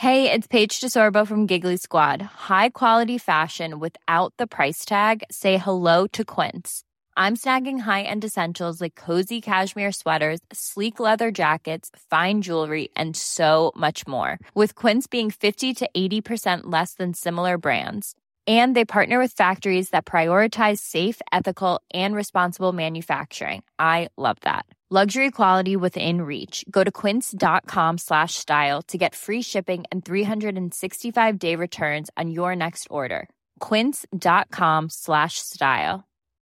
Hey, it's Paige DeSorbo from Giggly Squad. High quality fashion without the price tag. Say hello to Quince. I'm snagging high-end essentials like cozy cashmere sweaters, sleek leather jackets, fine jewelry, and so much more. With Quince being 50 to 80% less than similar brands. And they partner with factories that prioritize safe, ethical, and responsible manufacturing. I love that. Luxury quality within reach. Go to quince.com/style to get free shipping and 365-day returns on your next order. Quince.com/style.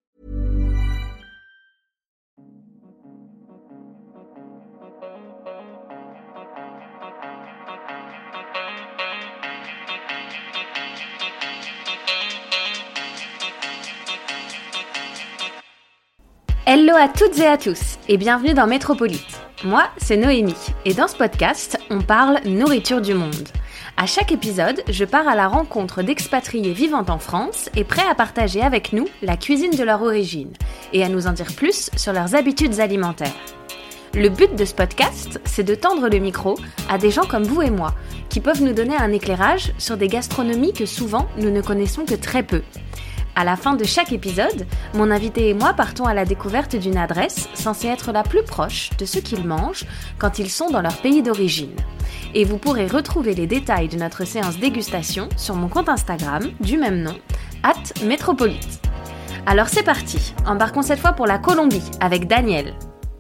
Hello à toutes et à tous et bienvenue dans Métropolite. Moi, c'est Noémie et dans ce podcast, on parle nourriture du monde. À chaque épisode, je pars à la rencontre d'expatriés vivant en France et prêts à partager avec nous la cuisine de leur origine et à nous en dire plus sur leurs habitudes alimentaires. Le but de ce podcast, c'est de tendre le micro à des gens comme vous et moi, qui peuvent nous donner un éclairage sur des gastronomies que souvent nous ne connaissons que très peu. À la fin de chaque épisode, mon invité et moi partons à la découverte d'une adresse censée être la plus proche de ce qu'ils mangent quand ils sont dans leur pays d'origine. Et vous pourrez retrouver les détails de notre séance dégustation sur mon compte Instagram du même nom, @métropolite. Alors c'est parti, embarquons cette fois pour la Colombie avec Daniel.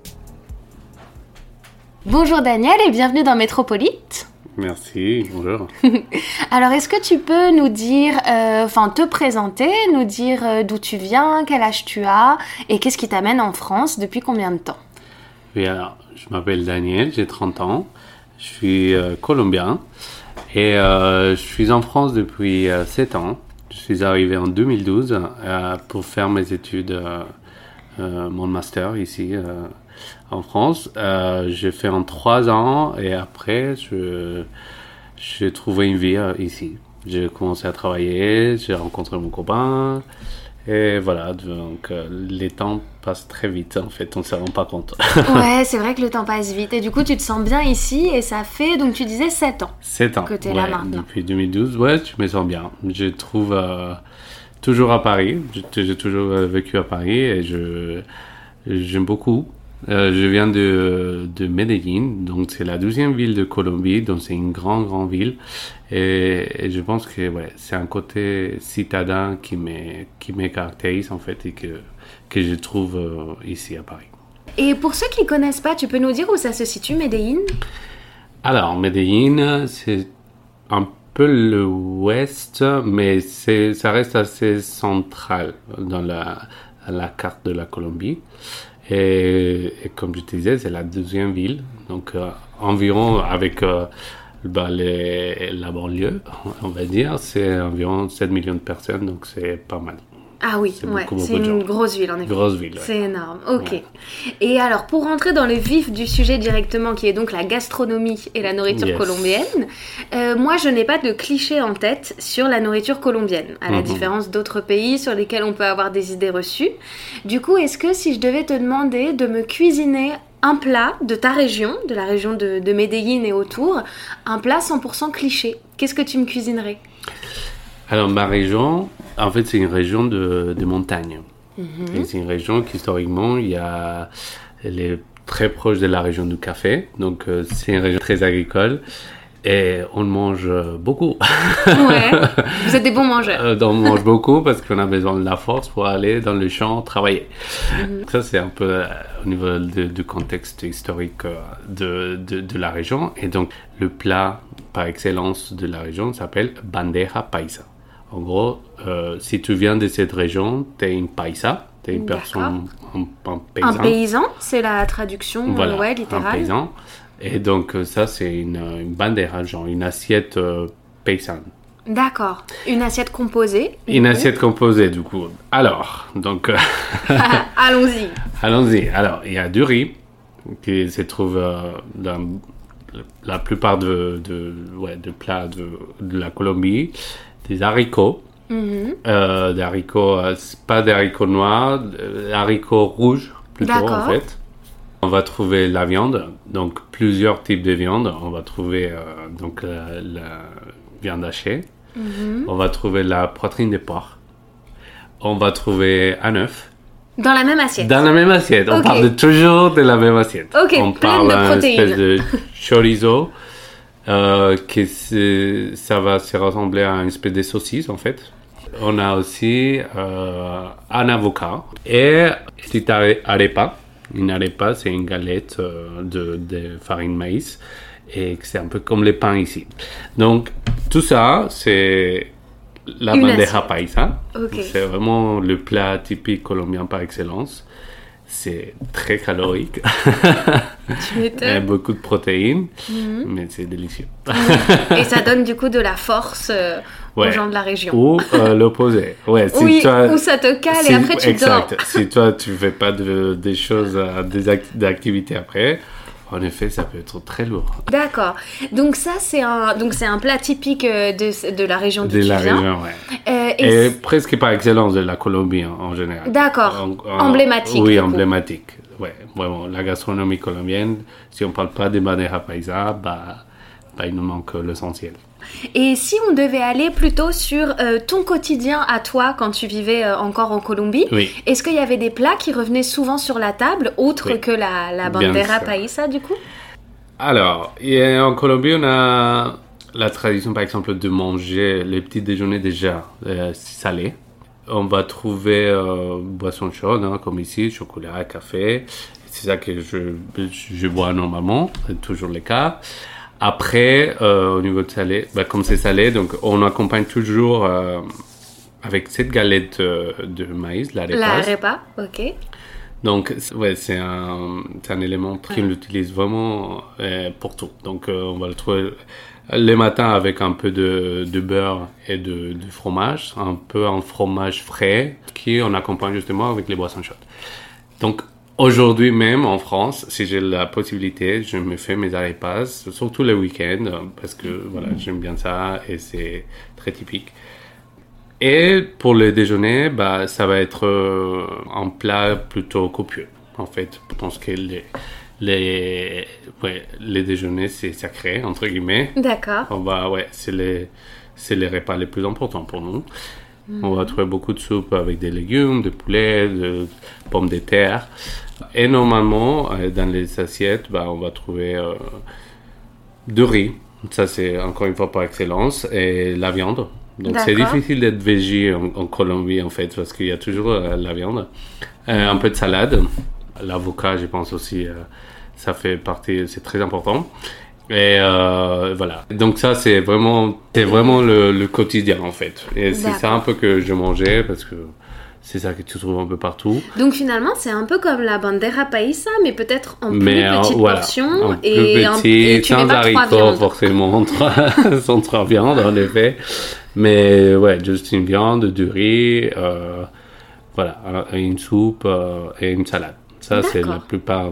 Bonjour Daniel et bienvenue dans Métropolite. Merci, bonjour. Alors, est-ce que tu peux nous dire, te présenter, nous dire d'où tu viens, quel âge tu as et qu'est-ce qui t'amène en France, depuis combien de temps ? Oui, alors, je m'appelle Daniel, j'ai 30 ans, je suis colombien et je suis en France depuis 7 ans. Je suis arrivé en 2012 pour faire mes études, mon master ici en France. J'ai fait en 3 ans et après j'ai trouvé une vie ici. J'ai commencé à travailler, j'ai rencontré mon copain et voilà, donc les temps passent très vite en fait, on ne se rend pas compte. Ouais, c'est vrai que le temps passe vite et du coup tu te sens bien ici et ça fait, donc tu disais 7 ans. 7 ans, que tu es ouais, là maintenant. Depuis 2012, ouais, je me sens bien. Je trouve toujours à Paris, j'ai toujours vécu à Paris et j'aime beaucoup. Je viens de Medellín, donc c'est la 12e ville de Colombie, donc c'est une grande ville. Et je pense que ouais, c'est un côté citadin qui me caractérise en fait et que je trouve ici à Paris. Et pour ceux qui ne connaissent pas, tu peux nous dire où ça se situe, Medellín ? Alors, Medellín, c'est un peu l'ouest, mais ça reste assez central dans la carte de la Colombie. Et comme je te disais, c'est la 12e ville, donc environ avec la banlieue, on va dire, c'est environ 7 millions de personnes, donc c'est pas mal. Ah oui, c'est une grosse ville en effet. Grosse ville, ouais. C'est énorme, ok. Ouais. Et alors, pour rentrer dans le vif du sujet directement, qui est donc la gastronomie et la nourriture colombienne, moi je n'ai pas de cliché en tête sur la nourriture colombienne, à la différence d'autres pays sur lesquels on peut avoir des idées reçues. Du coup, est-ce que si je devais te demander de me cuisiner un plat de ta région, de la région de Medellín et autour, un plat 100% cliché, qu'est-ce que tu me cuisinerais ? Alors, ma région, en fait, c'est une région de montagne. Et c'est une région qui, historiquement, elle est très proche de la région du café. Donc, c'est une région très agricole. Et on mange beaucoup. Ouais, vous êtes des bons mangeurs. On mange beaucoup parce qu'on a besoin de la force pour aller dans le champ travailler. Ça, c'est un peu au niveau du contexte historique de la région. Et donc, le plat par excellence de la région s'appelle bandeja paisa. En gros, si tu viens de cette région, tu es une paisa, tu es une personne, un paysan. Un paysan, c'est la traduction littérale. Un paysan. Et donc, ça, c'est une bandeja, genre une assiette paysanne. D'accord. Une assiette composée. Une assiette composée, du coup. Alors, donc... Allons-y. Allons-y. Alors, il y a du riz qui se trouve dans la plupart de plats de la Colombie. Des haricots. Des haricots, pas des haricots noirs, des haricots rouges, plutôt, en fait. On va trouver la viande, donc plusieurs types de viande. On va trouver donc la viande hachée. On va trouver la poitrine de porc. On va trouver un œuf. Dans la même assiette. Dans la même assiette. On Ok. parle toujours de la même assiette. Ok, On pleine parle de d'une protéines. espèce de chorizo, ça va se ressembler à une espèce de saucisse en fait. On a aussi un avocat et une petite arepa. Une arepa, c'est une galette de farine de maïs et c'est un peu comme les pains ici. Donc tout ça, c'est la Une bandeja assiette. paisa. Ok. C'est vraiment le plat typique colombien par excellence. C'est très calorique. Tu Il y a m'étonnes. beaucoup de protéines, mais c'est délicieux. Et ça donne du coup de la force aux Ouais. gens de la région. Ou l'opposé. Ouais, si Oui, toi, ou ça te cale si- et après tu exact. dors. Si toi, tu fais pas des choses, d'activités après, en effet, ça peut être très lourd. D'accord. Donc ça, c'est un plat typique de la région d'où De tu la viens. région, ouais. Et Et presque par excellence de la Colombie en général. D'accord. Emblématique, Oui, du coup. emblématique. Ouais, vraiment. La gastronomie colombienne, si on parle pas des bandeja paisa, bah, il nous manque l'essentiel. Et si on devait aller plutôt sur ton quotidien à toi quand tu vivais encore en Colombie, Oui. est-ce qu'il y avait des plats qui revenaient souvent sur la table, autre Oui. que la Bien bandera sûr. paisa du coup? Alors, en Colombie, on a la tradition, par exemple, de manger les petits déjeuners déjà salés. On va trouver boissons chaudes, hein, comme ici, chocolat, café. C'est ça que je bois normalement, c'est toujours le cas. Après, au niveau de salé, comme c'est salé, donc on accompagne toujours avec cette galette de maïs, la La repas. repa, ok. Donc, ouais, c'est un élément qu'on utilise vraiment pour tout. Donc, on va le trouver les matins avec un peu de beurre et de fromage, un peu un fromage frais qu'on accompagne justement avec les boissons chaudes. Donc, aujourd'hui même en France, si j'ai la possibilité, je me fais mes arepas, surtout les week-ends, parce que voilà, j'aime bien ça et c'est très typique. Et pour le déjeuner, ça va être un plat plutôt copieux. En fait, je pense que les déjeuners, c'est sacré, entre guillemets. D'accord. C'est les repas les plus importants pour nous. On va trouver beaucoup de soupe avec des légumes, de poulet, de pommes de terre. Et normalement, dans les assiettes, on va trouver du riz. Ça, c'est encore une fois par excellence. Et la viande. Donc, c'est D'accord. difficile d'être végé en Colombie, en fait, parce qu'il y a toujours la viande. Un peu de salade. L'avocat, je pense aussi, ça fait partie, c'est très important. Et voilà. Donc ça, c'est vraiment le quotidien, en fait. Et c'est ça un peu que je mangeais, parce que c'est ça que tu trouves un peu partout. Donc finalement, c'est un peu comme la bandera paisa, mais peut-être en plus Mais petite portion. en et plus petit, et tu mets sans pas trois haricots viandes. forcément, sans trois viandes en effet. Mais ouais, juste une viande, du riz, voilà, une soupe et une salade. Ça, c'est la plupart,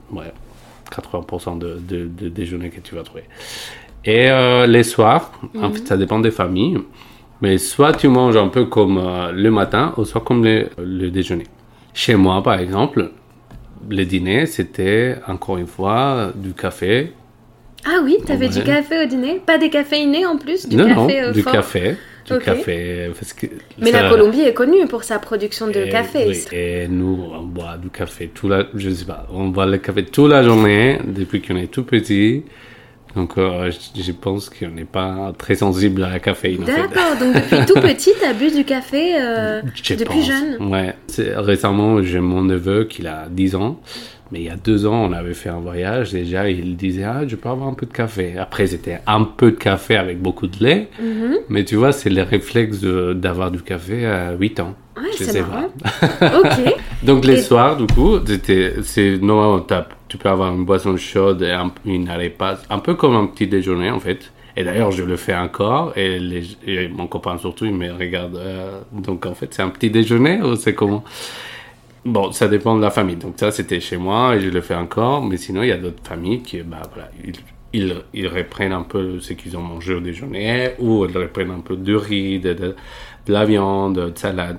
80% de déjeuner que tu vas trouver. Et les soirs, en fait, ça dépend des familles. Mais soit tu manges un peu comme le matin, ou soit comme le déjeuner. Chez moi, par exemple, le dîner, c'était, encore une fois, du café. Ah oui, t'avais du Ouais. café au dîner? Pas décaféiné en plus? Du Non, café du fort? café. Du Ok. café. Parce que Mais ça- la Colombie est connue pour sa production de et, café. oui, et nous, on boit du café je sais pas, on boit le café toute la journée, depuis qu'on est tout petit. Donc, je pense qu'on n'est pas très sensible à la caféine. en fait. D'accord, donc depuis tout petit, t'as bu du café Je depuis pense. jeune. Ouais. Récemment, j'ai mon neveu qui a 10 ans. Mais il y a 2 ans, on avait fait un voyage. Déjà, il disait, je peux avoir un peu de café. Après, c'était un peu de café avec beaucoup de lait. Mhm. Mais tu vois, c'est le réflexe d'avoir du café à 8 ans. Ouais, Je c'est sais marrant. pas. Ok. Donc, les Et- soirs, du coup, normalement, tu peux avoir une boisson chaude et une arepa, un peu comme un petit déjeuner, en fait. Et d'ailleurs, je le fais encore. Et mon copain, surtout, il me regarde. Donc, en fait, c'est un petit déjeuner ou c'est comment? Bon, ça dépend de la famille. Donc ça, c'était chez moi et je le fais encore. Mais sinon, il y a d'autres familles qui, voilà, ils reprennent un peu ce qu'ils ont mangé au déjeuner ou ils reprennent un peu de riz, de la viande, de salade.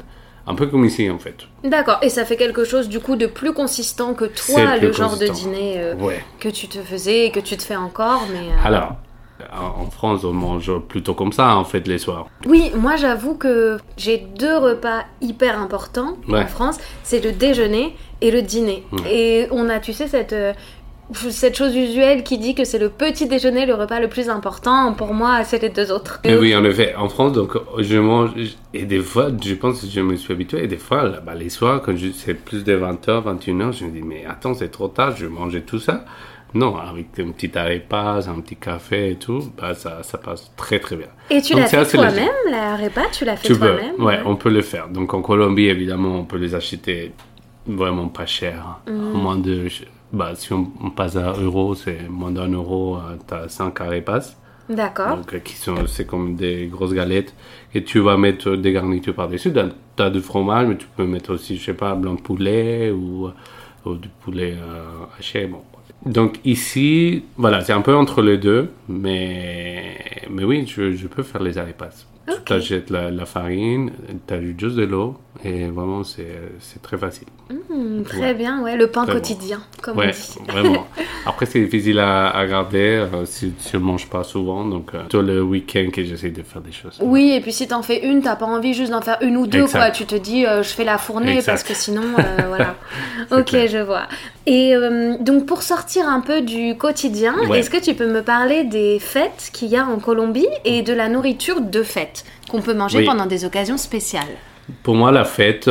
Un peu comme ici, en fait. D'accord. Et ça fait quelque chose, du coup, de plus consistant que toi, C'est plus le genre de consistant. dîner Ouais. que tu te faisais et que tu te fais encore, mais... Alors, en France, on mange plutôt comme ça, en fait, les soirs. Oui, moi j'avoue que j'ai 2 repas hyper importants Ouais. en France, c'est le déjeuner et le dîner. Et on a, tu sais, cette chose usuelle qui dit que c'est le petit déjeuner le repas le plus important. Pour moi, c'est les 2 autres. Mais oui, en effet, en France, donc, je mange, et des fois, je pense que je me suis habitué, et des fois, là, les soirs, quand c'est plus de 20h, 21h, je me dis, mais attends, c'est trop tard, je vais manger tout ça. Non, avec un petit arepas, un petit café et tout, ça passe très très bien. Et tu Donc, l'as c'est fait assez léger. toi-même, la repas, tu l'as fait Tu peux, toi-même? ouais, on peut le faire. Donc en Colombie, évidemment, on peut les acheter vraiment pas cher. Moins de, si on passe à euros, c'est moins d'1 euro, t'as 5 arepas. D'accord. Donc c'est comme des grosses galettes. Et tu vas mettre des garnitures par-dessus. T'as du fromage, mais tu peux mettre aussi, je sais pas, blanc de poulet ou du poulet haché. Bon. Donc ici, voilà, c'est un peu entre les deux, mais oui, je peux faire les arepas. Ok. Tu achètes la farine, tu ajoutes juste de l'eau, et vraiment, c'est très facile. Très Ouais. bien, ouais, le pain Très bon. quotidien, comme on Ouais, dit. vraiment. Après, c'est difficile à garder si je ne mange pas souvent, donc plutôt le week-end que j'essaie de faire des choses. Oui, et puis si t'en fais une, t'as pas envie juste d'en faire une ou 2, Exact. quoi. Tu te dis, je fais la fournée Exact. parce que sinon, voilà. C'est Ok, clair. je vois. Et donc, pour sortir un peu du quotidien, Ouais. est-ce que tu peux me parler des fêtes qu'il y a en Colombie et de la nourriture de fête qu'on peut manger Oui. pendant des occasions spéciales? Pour moi, la fête,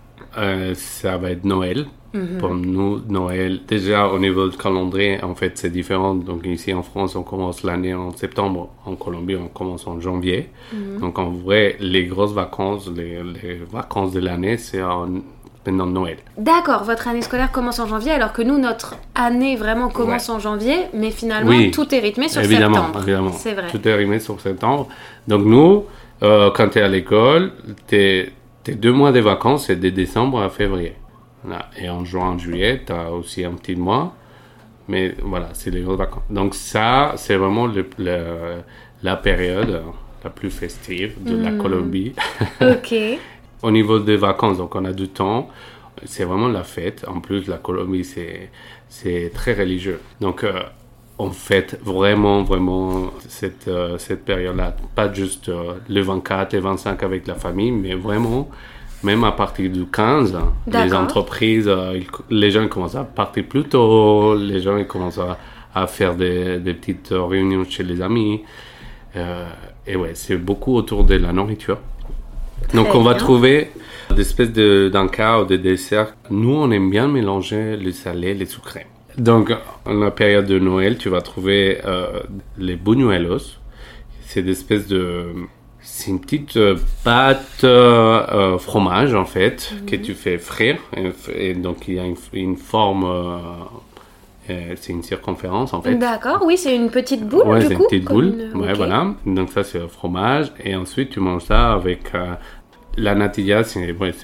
ça va être Noël. Pour nous, Noël, déjà au niveau du calendrier, en fait, c'est différent. Donc ici en France, on commence l'année en septembre. En Colombie, on commence en janvier. Donc en vrai, les grosses vacances, les vacances de l'année, c'est pendant Noël. D'accord, votre année scolaire commence en janvier, alors que nous, notre année vraiment commence en janvier, mais finalement, Oui. tout est rythmé sur Évidemment, septembre. évidemment. C'est vrai. Tout est arrivé sur septembre. Donc nous, quand tu es à l'école, tes 2 mois de vacances, c'est de décembre à février. Voilà. Et en juin, en juillet, tu as aussi un petit mois. Mais voilà, c'est les grosses vacances. Donc ça, c'est vraiment la période la plus festive de la Colombie. Ok. Au niveau des vacances, donc on a du temps. C'est vraiment la fête. En plus, la Colombie, c'est très religieux. Donc on fête vraiment, vraiment cette période-là. Pas juste le 24 et 25 avec la famille, mais vraiment, même à partir du 15, les D'accord. entreprises, les gens commencent à partir plus tôt, les gens ils commencent à faire des petites réunions chez les amis. Et ouais, c'est beaucoup autour de la nourriture. Donc Très on va bien. trouver des espèces d'encas ou de desserts. Nous, on aime bien mélanger le salé et le sucré. Donc, en la période de Noël, tu vas trouver les buñuelos. C'est des espèces de... C'est une petite pâte fromage, en fait, que tu fais frire. Et donc, il y a une forme... c'est une circonférence, en fait. D'accord, oui, c'est une petite boule, Ouais, du c'est coup. une petite comme boule. une- Ouais, ok. voilà. Donc ça, c'est le fromage. Et ensuite, tu manges ça avec la natilla. C'est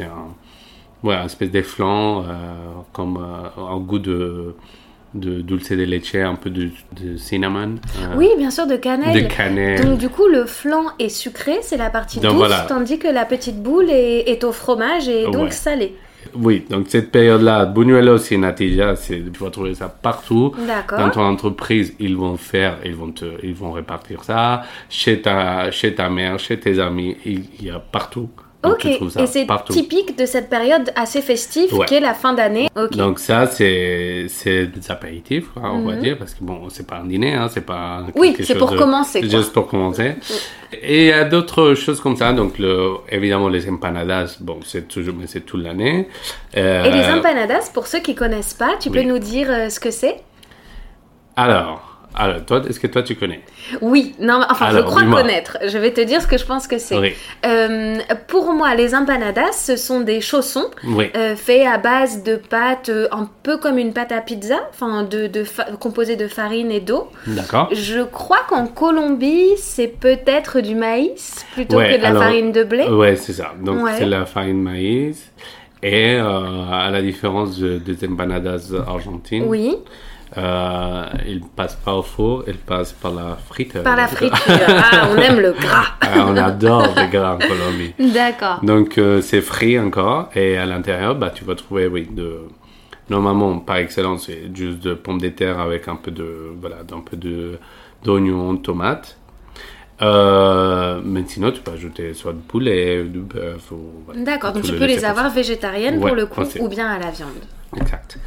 une espèce de flan, comme un goût de dulce de leche, un peu de cinnamon. Oui, bien sûr, de cannelle. De cannelle. Donc du coup, le flan est sucré, c'est la partie Donc, douce, voilà. tandis que la petite boule est au fromage et donc Ouais. salée. Oui, donc cette période-là, buñuelos et natilla, tu vas trouver ça partout. D'accord. Dans ton entreprise, ils vont répartir ça. Chez ta mère, chez tes amis, il y a partout. Donc, Ok, tu trouves ça et c'est partout. typique de cette période assez festive Ouais. qu'est la fin d'année. Ok. Donc ça, c'est des apéritifs, quoi, on va dire, parce que bon, c'est pas un dîner, hein, c'est pas Oui, quelque c'est chose pour de- commencer, quoi. Juste pour commencer. Et il y a d'autres choses comme ça, donc évidemment les empanadas, bon, c'est toute l'année. Et les empanadas, pour ceux qui connaissent pas, tu peux oui. nous dire ce que c'est? Alors, toi, est-ce que toi tu connais? Oui, non, enfin, je Alors, crois dis-moi. connaître. Je vais te dire ce que je pense que c'est. Oui. Pour moi, les empanadas, ce sont des chaussons Oui. faits à base de pâte, un peu comme une pâte à pizza, enfin, composée de farine et d'eau. D'accord. Je crois qu'en Colombie, c'est peut-être du maïs plutôt Ouais, que de la alors, farine de blé. Ouais, c'est ça. Donc Ouais. c'est la farine maïs. Et à la différence des empanadas argentines, Oui. Il passe pas au four, il passe par la friture. Par la friture. Ah, on aime le gras. On adore le gras en Colombie. D'accord. Donc, c'est frit encore. Et à l'intérieur, tu vas trouver, normalement, par excellence, c'est juste de pommes de terre avec un peu d'oignons, tomates. Mais sinon, tu peux ajouter soit du poulet, du bœuf. D'accord, donc tu peux les avoir végétariennes pour le coup, ou bien à la viande. Exact.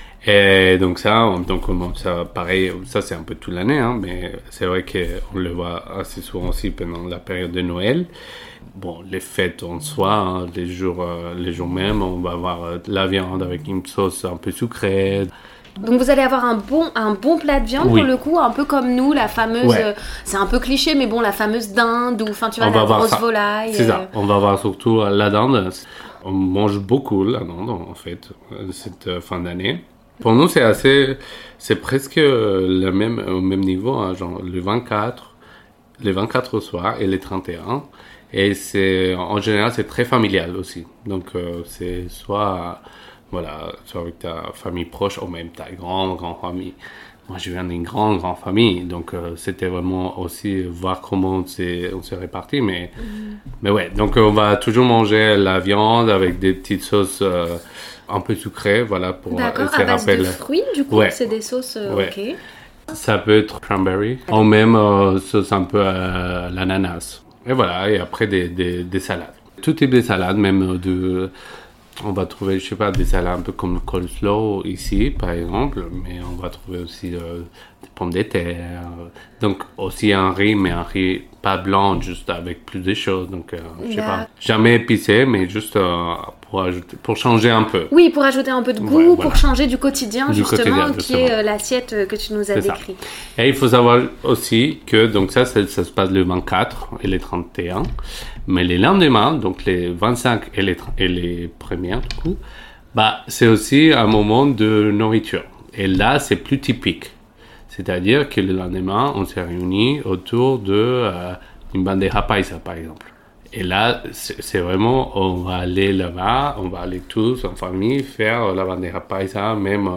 Et donc ça, pareil, ça c'est un peu toute l'année, hein, mais c'est vrai qu'on le voit assez souvent aussi pendant la période de Noël. Bon, les fêtes en soi, hein, les jours même, on va avoir la viande avec une sauce un peu sucrée. Donc vous allez avoir un bon plat de viande pour le coup, un peu comme nous, la fameuse, c'est un peu cliché, mais bon, la fameuse dinde, ou enfin tu vois, la grosse volaille. C'est ça, on va avoir surtout la dinde. On mange beaucoup la dinde en fait, cette fin d'année. Pour nous, c'est presque au même niveau, hein, genre les 24 au soir et les 31. Et en général, c'est très familial aussi. Donc c'est soit avec ta famille proche ou même ta grande famille. Moi, je viens d'une grande famille, donc c'était vraiment aussi voir comment on s'est répartis. Mais ouais, donc on va toujours manger la viande avec des petites sauces un peu sucrées, voilà. D'accord, à base de fruits, du coup, c'est des sauces, ok. Ça peut être cranberry, ou même sauce un peu à l'ananas. Et voilà, et après des salades. Tout type de salades, même on va trouver, je sais pas, des salades un peu comme le coleslaw ici, par exemple, mais on va trouver aussi des pommes de terre. Donc, aussi un riz, mais un riz pas blanc, juste avec plus de choses. Donc, je sais pas, jamais épicé, mais juste pour changer un peu. Oui, pour ajouter un peu de goût, pour changer du quotidien, justement, qui est l'assiette que tu nous as décrit. Et il faut savoir aussi que, donc ça se passe le 24 et les 31. Mais les lendemains, donc les 25 et les premières, du coup, c'est aussi un moment de nourriture. Et là, c'est plus typique. C'est-à-dire que le lendemain, on s'est réunis autour d'une bandeja paisa, par exemple. Et là, c'est vraiment, on va aller là-bas, on va aller tous en famille faire la bandeja paisa, même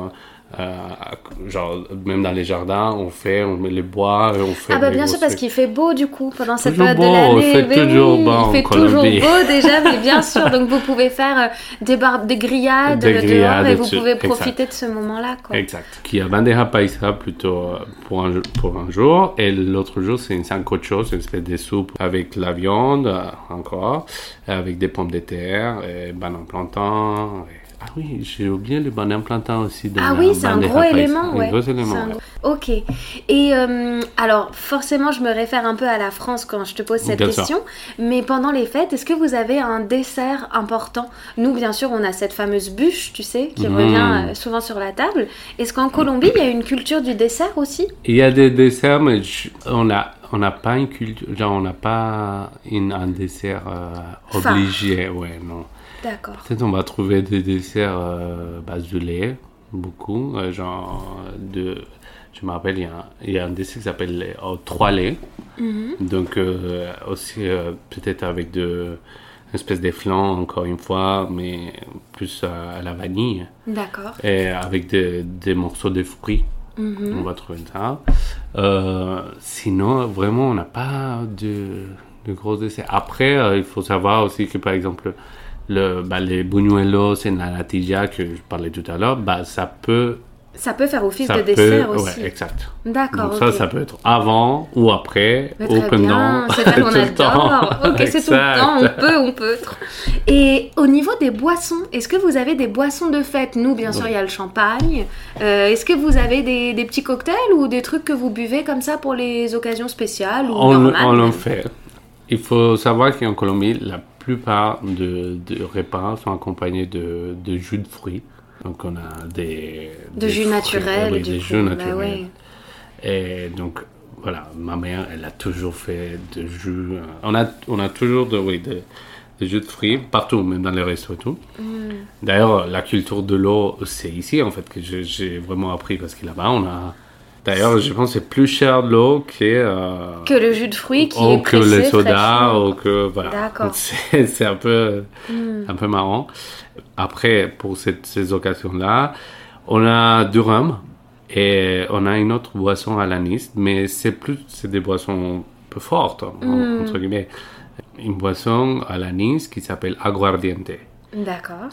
même dans les jardins, on met les bois, on fait. Ah bien sûr, parce qu'il fait beau du coup pendant cette période de l'année. Il fait toujours beau. Il fait toujours beau déjà, mais bien sûr. Donc vous pouvez faire des grillades dehors et vous pouvez profiter de ce moment-là, quoi. Exact. Qui a bandeja paisa plutôt pour un jour, et l'autre jour c'est une sancocho, c'est une espèce de soupe avec la viande encore, avec des pommes de terre, et bananes plantain. Ah oui, j'ai oublié le banane plantain aussi. Ah oui, c'est un gros élément, ouais. Un gros élément, Ok. Et alors, forcément, je me réfère un peu à la France quand je te pose cette question. Mais pendant les fêtes, est-ce que vous avez un dessert important ? Nous, bien sûr, on a cette fameuse bûche, tu sais, qui revient souvent sur la table. Est-ce qu'en Colombie, il y a une culture du dessert aussi ? Il y a des desserts, mais on n'a pas une culture, genre on n'a pas un dessert obligé, ouais, non. D'accord. Peut-être on va trouver des desserts base de lait, beaucoup, je me rappelle, il y a un dessert qui s'appelle 3 laits, donc aussi peut-être avec une espèce de flan, encore une fois, mais plus à la vanille. D'accord. Et avec des morceaux de fruits. On va trouver ça. Sinon, vraiment, on n'a pas de gros desserts. Après, il faut savoir aussi que, par exemple, les buñuelos et la natilla que je parlais tout à l'heure, ça peut faire office de dessert aussi. Ouais, exact. D'accord. Donc ça peut être avant ou après, ou pendant. C'est ça qu'on adore. Ok, c'est tout le temps, on peut. Et au niveau des boissons, est-ce que vous avez des boissons de fête ? Nous, bien sûr, il y a le champagne. Est-ce que vous avez des petits cocktails ou des trucs que vous buvez comme ça pour les occasions spéciales ou normales ? On en fait. Il faut savoir qu'en Colombie, la plupart de repas sont accompagnés de jus de fruits. Donc on a des jus naturels, des jus naturels. Ouais. Et donc voilà, ma mère, elle a toujours fait de jus. On a toujours de jus de fruits partout, même dans les restos et tout. D'ailleurs, la culture de l'eau, c'est ici en fait que j'ai vraiment appris, parce que là-bas on a. D'ailleurs, je pense que c'est plus cher de l'eau que le jus de fruits qui est pressé, que le soda, ou que voilà. D'accord. C'est un peu marrant. Après, pour ces occasions-là, on a du rhum Et on a une autre boisson à l'anis, mais c'est des boissons un peu fortes, entre guillemets. Une boisson à l'anis qui s'appelle aguardiente. D'accord.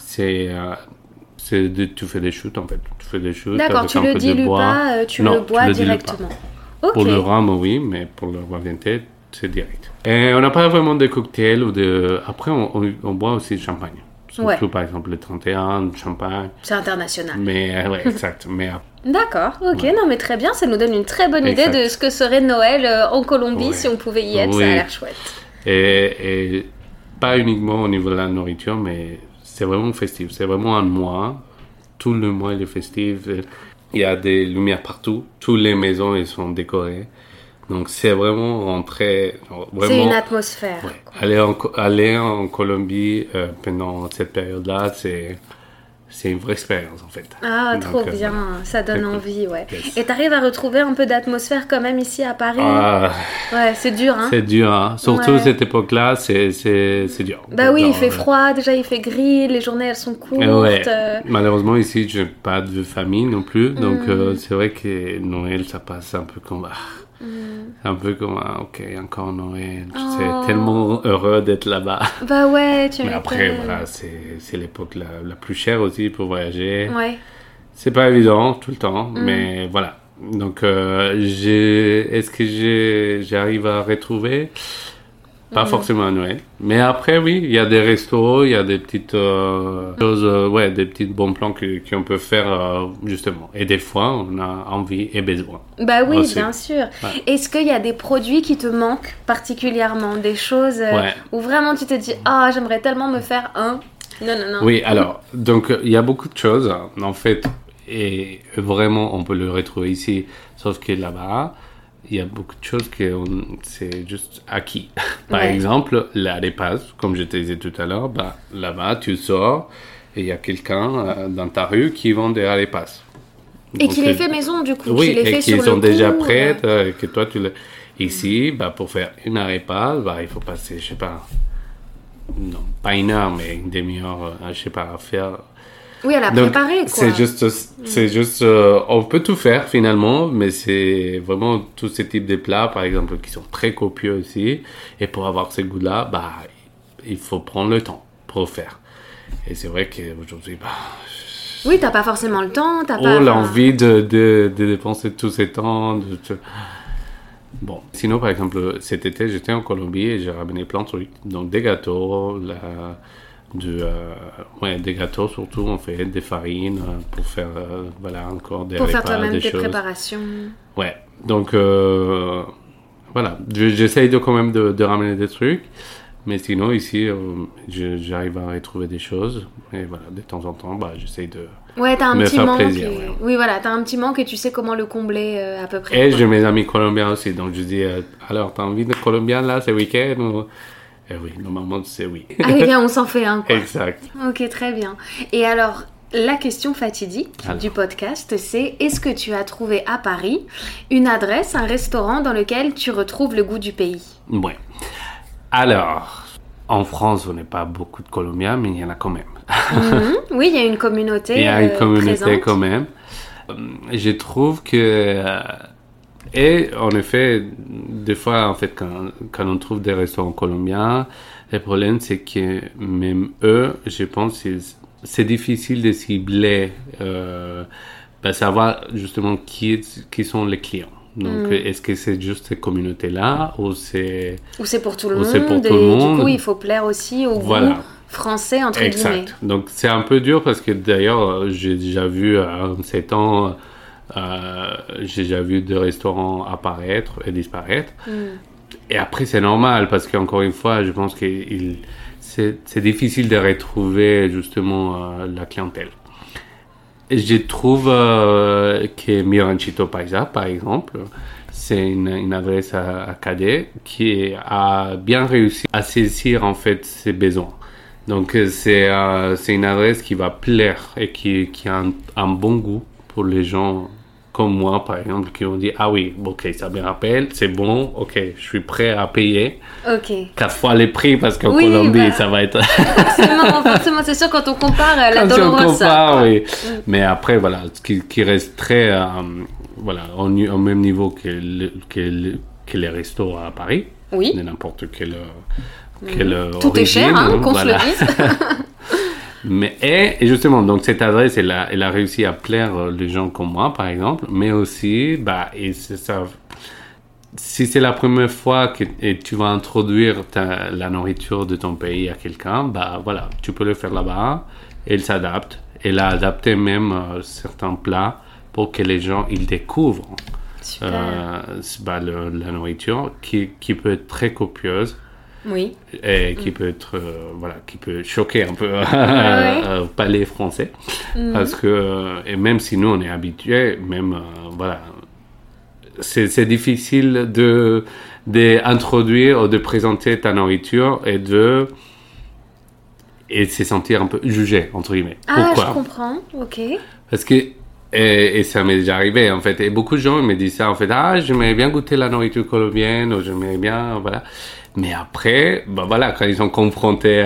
Tu fais des shoots en fait. Tu fais des shoots. D'accord, avec tu un le peu de dilues bois. pas, tu le bois directement. Ok. Pour le rhum, oui, mais pour l'aguardiente, c'est direct. Et on n'a pas vraiment de cocktails ou de. Après, on boit aussi du champagne. Surtout par exemple le 31, le champagne. C'est international. Mais ouais, exact. Mais d'accord, ok, non mais très bien, ça nous donne une très bonne idée de ce que serait Noël en Colombie si on pouvait y être, ça a l'air chouette. Et pas uniquement au niveau de la nourriture, mais c'est vraiment festif, c'est vraiment un mois, tout le mois il est festif, il y a des lumières partout, toutes les maisons elles sont décorées, donc c'est vraiment rentrer... C'est une atmosphère. Ouais. Aller en Colombie pendant cette période-là, c'est une vraie expérience en fait. Ah, donc, trop bien, ça donne envie, ouais. Yes. Et t'arrives à retrouver un peu d'atmosphère quand même ici à Paris? Ouais, c'est dur, hein. C'est dur, hein. Surtout cette époque-là, c'est dur. Bah oui, il fait froid, déjà il fait gris, les journées elles sont courtes. Ouais. Malheureusement ici, je n'ai pas de famille non plus, donc c'est vrai que Noël, ça passe un peu comme... Un peu comme, ok, encore Noël, c'est tellement heureux d'être là-bas. Bah ouais, tu Mais après, voilà, c'est l'époque la plus chère aussi pour voyager. Ouais. C'est pas évident tout le temps, mais voilà. Donc, est-ce que j'arrive à retrouver? Pas forcément à Noël. Mais après, oui, il y a des restos, il y a des petites choses, des petits bons plans qu'on peut faire, justement. Et des fois, on a envie et besoin. Bah oui, aussi. Bien sûr. Ouais. Est-ce qu'il y a des produits qui te manquent particulièrement? Des choses où vraiment tu te dis, j'aimerais tellement me faire un... Non. Oui, alors, donc, il y a beaucoup de choses, en fait, et vraiment, on peut le retrouver ici, sauf que là-bas... Il y a beaucoup de choses que c'est juste acquis. Par exemple, l'arepas, comme je te disais tout à l'heure, là-bas, tu sors et il y a quelqu'un dans ta rue qui vend des arepas. Et qui les fait maison, du coup. Oui, qui les fait qui sont déjà prêtes, que toi, tu les... Ici, pour faire une arepas, il faut passer, je sais pas... Non, pas une heure, mais une demi-heure, je sais pas, à faire... Oui, à la préparer, quoi. C'est juste, on peut tout faire finalement, mais c'est vraiment tous ces types de plats, par exemple, qui sont très copieux aussi. Et pour avoir ces goûts-là, il faut prendre le temps pour le faire. Et c'est vrai qu'aujourd'hui, oui, t'as pas forcément le temps, l'envie de dépenser tous ces temps. Bon, sinon, par exemple, cet été, j'étais en Colombie et j'ai ramené plein de trucs. Donc, des gâteaux, des gâteaux surtout, on fait des farines pour faire encore des repas, pour faire toi-même tes choses. Préparations. Ouais, donc voilà, j'essaye quand même de ramener des trucs, mais sinon ici j'arrive à retrouver des choses et voilà, de temps en temps j'essaye de t'as un me petit faire manque plaisir. Oui, voilà, t'as un petit manque et tu sais comment le combler à peu près. Et j'ai mes amis colombiens aussi, donc je dis alors t'as envie de Colombien là ce week-end ou... oui, normalement, c'est oui. Ah oui, bien, on s'en fait un, quoi. Exact. Ok, très bien. Et alors, la question fatidique du podcast, c'est est-ce que tu as trouvé à Paris une adresse, un restaurant dans lequel tu retrouves le goût du pays? Oui. Alors, en France, on n'est pas beaucoup de Colombiens, mais il y en a quand même. Oui, il y a une communauté présente. Il y a une communauté quand même. Je trouve que... Et en effet, des fois, en fait, quand on trouve des restaurants colombiens, le problème, c'est que même eux, je pense, c'est difficile de cibler, savoir justement qui sont les clients. Donc, est-ce que c'est juste ces communautés-là ou c'est pour tout le monde? Du coup, il faut plaire aussi au goût français, entre guillemets. Donc, c'est un peu dur parce que d'ailleurs, j'ai déjà vu en 7 ans... j'ai déjà vu des restaurants apparaître et disparaître. Et après, c'est normal parce qu'encore une fois, je pense que c'est difficile de retrouver justement la clientèle. Et je trouve que Mi Ranchito Paisa, par exemple, c'est une adresse à Cadet qui a bien réussi à saisir en fait ses besoins. Donc, c'est une adresse qui va plaire et qui a un bon goût pour les gens comme moi, par exemple, qui ont dit « Ah oui, ok, ça me rappelle, c'est bon, ok, je suis prêt à payer 4 fois les prix parce qu'en Colombie, ça va être... » Forcément, c'est sûr, quand on compare la Dolorosa. Oui. Mais après, voilà, qui reste très, au même niveau que les restos à Paris, de n'importe quelle tout origine, est cher, qu'on se le dise. Et justement, donc cette adresse, elle a réussi à plaire les gens comme moi, par exemple, mais aussi, et c'est ça, si c'est la première fois que tu vas introduire la nourriture de ton pays à quelqu'un, voilà, tu peux le faire là-bas, elle s'adapte, elle a adapté même certains plats pour que les gens, ils découvrent la nourriture qui peut être très copieuse. Oui. Et qui peut être, qui peut choquer un peu au palais français. Parce que, et même si nous on est habitués, c'est difficile d'introduire ou de présenter ta nourriture et de se sentir un peu jugé, entre guillemets. Pourquoi ? Je comprends, ok. Parce que, et ça m'est déjà arrivé en fait, et beaucoup de gens me disent ça en fait, j'aimerais bien goûter la nourriture colombienne, ou j'aimerais bien, voilà. Mais après, quand ils sont confrontés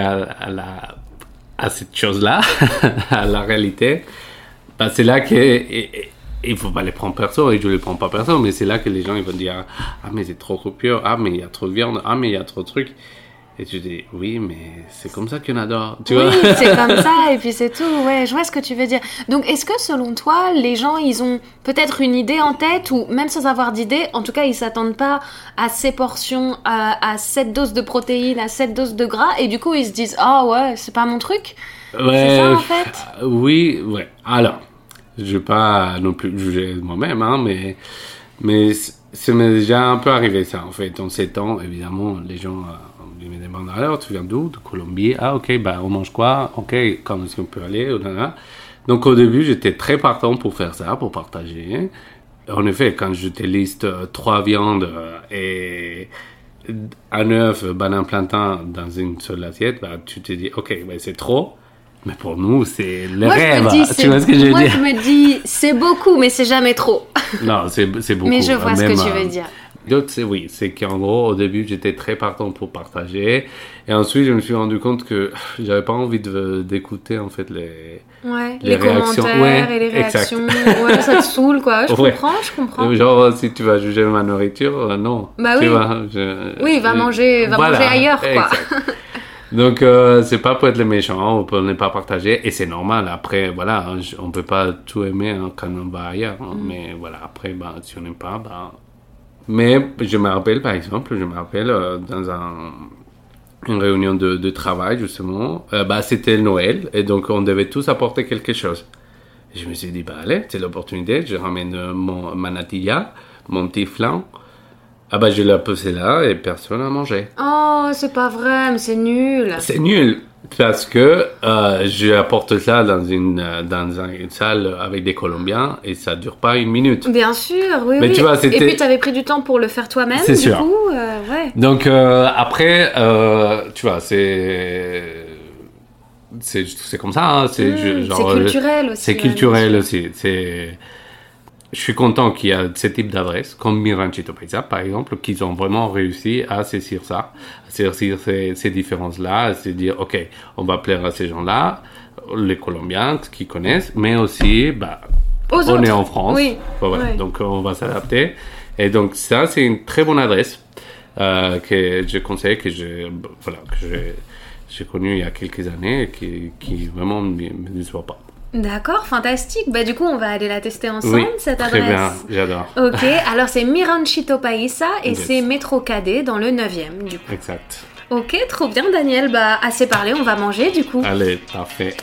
à cette chose-là, à la réalité, c'est là qu'il faut pas les prendre perso, et je les prends pas perso, mais c'est là que les gens ils vont dire mais c'est trop copieux, mais il y a trop de viande, mais il y a trop de trucs. Et tu dis, oui, mais c'est comme ça qu'on adore, tu vois. Oui, c'est comme ça, et puis c'est tout, ouais, je vois ce que tu veux dire. Donc, est-ce que, selon toi, les gens, ils ont peut-être une idée en tête, ou même sans avoir d'idée, en tout cas, ils s'attendent pas à ces portions, à cette dose de protéines, à cette dose de gras, et du coup, ils se disent, ouais, c'est pas mon truc. Ouais, c'est ça, en fait. Oui, ouais. Alors, je vais pas non plus juger moi-même, mais ça m'est déjà un peu arrivé, ça, en fait. En 7 ans, évidemment, les gens... Ils me demandent, alors tu viens d'où? De Colombie. Ok, on mange quoi? Ok, quand est-ce qu'on peut aller? Donc au début, j'étais très partant pour faire ça, pour partager. En effet, quand je te liste 3 viandes et un œuf, banane, plantain dans une seule assiette, tu te dis, ok, c'est trop. Mais pour nous, c'est le rêve. Tu vois ce que je veux dire? Moi, je me dis, c'est beaucoup, mais c'est jamais trop. Non, c'est beaucoup. Mais je vois ce que tu veux dire. D'autres, c'est qu'en gros, au début, j'étais très partant pour partager. Et ensuite, je me suis rendu compte que j'avais pas envie d'écouter, en fait, les réactions. Commentaires et les réactions. Ouais, ça te saoule, quoi. Je comprends. Genre, si tu vas juger ma nourriture, non. Bah oui. Oui, va manger ailleurs, quoi. Donc, c'est pas pour être le méchant, on peut ne pas partager. Et c'est normal. Après, on peut pas tout aimer quand on va ailleurs. Mais voilà, après, si on n'aime pas, Mais je me rappelle, par exemple, dans une réunion de travail, justement, c'était Noël, et donc on devait tous apporter quelque chose. Et je me suis dit, allez, c'est l'opportunité, je ramène ma natilla, mon petit flan. Je l'ai posé là, et personne n'a mangé. Oh, c'est pas vrai, mais c'est nul. C'est nul, parce que je apporte ça dans une salle avec des Colombiens et ça dure pas 1 minute. Bien sûr, oui. Mais tu vois, et puis tu avais pris du temps pour le faire toi-même. C'est sûr. Du coup, ouais. Donc après, tu vois, c'est comme ça. C'est culturel aussi. C'est culturel aussi. Je suis content qu'il y a ce type d'adresse, comme Mi Ranchito Paisa, par exemple, qu'ils ont vraiment réussi à saisir ça, à saisir ces différences-là, à se dire, OK, on va plaire à ces gens-là, les Colombiens qui connaissent, mais aussi, on est en France, donc on va s'adapter. Et donc ça, c'est une très bonne adresse que je conseille, que j'ai connue il y a quelques années et qui vraiment ne me déçoit pas. D'accord, fantastique. Du coup, on va aller la tester ensemble, cette adresse. Très bien, j'adore. Ok, alors c'est Mi Ranchito Paisa et c'est Métro Cadet dans le 9e, du coup. Exact. Ok, trop bien, Daniel. Assez parlé, on va manger, du coup. Allez, parfait.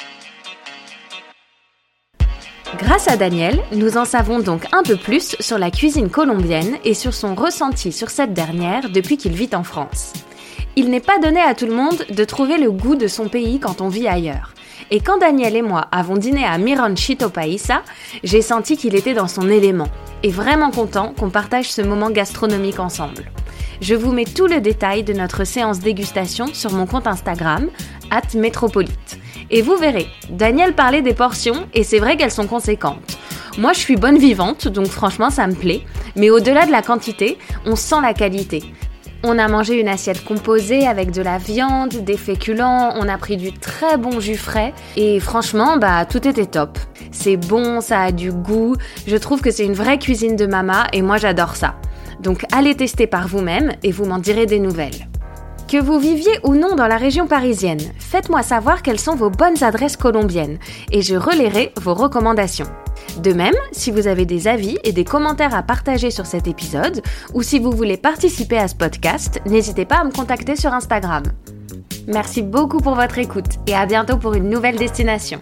Grâce à Daniel, nous en savons donc un peu plus sur la cuisine colombienne et sur son ressenti sur cette dernière depuis qu'il vit en France. Il n'est pas donné à tout le monde de trouver le goût de son pays quand on vit ailleurs. Et quand Daniel et moi avons dîné à Mi Ranchito Paisa, j'ai senti qu'il était dans son élément et vraiment content qu'on partage ce moment gastronomique ensemble. Je vous mets tout le détail de notre séance dégustation sur mon compte Instagram, @métropolite. Et vous verrez, Daniel parlait des portions et c'est vrai qu'elles sont conséquentes. Moi, je suis bonne vivante, donc franchement, ça me plaît. Mais au-delà de la quantité, on sent la qualité. On a mangé une assiette composée avec de la viande, des féculents, on a pris du très bon jus frais et franchement, tout était top. C'est bon, ça a du goût, je trouve que c'est une vraie cuisine de mama et moi j'adore ça. Donc allez tester par vous-même et vous m'en direz des nouvelles. Que vous viviez ou non dans la région parisienne, faites-moi savoir quelles sont vos bonnes adresses colombiennes et je relayerai vos recommandations. De même, si vous avez des avis et des commentaires à partager sur cet épisode, ou si vous voulez participer à ce podcast, n'hésitez pas à me contacter sur Instagram. Merci beaucoup pour votre écoute et à bientôt pour une nouvelle destination.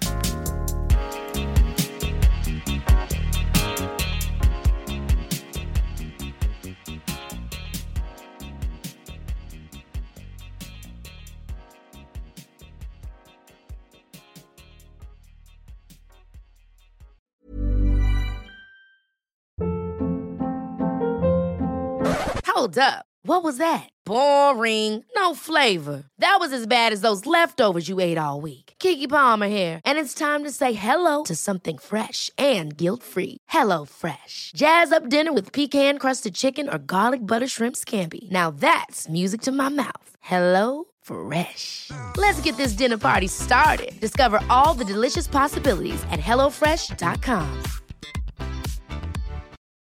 Hold up. What was that? Boring. No flavor. That was as bad as those leftovers you ate all week. Keke Palmer here, and it's time to say hello to something fresh and guilt-free. Hello Fresh. Jazz up dinner with pecan-crusted chicken or garlic butter shrimp scampi. Now that's music to my mouth. Hello Fresh. Let's get this dinner party started. Discover all the delicious possibilities at HelloFresh.com.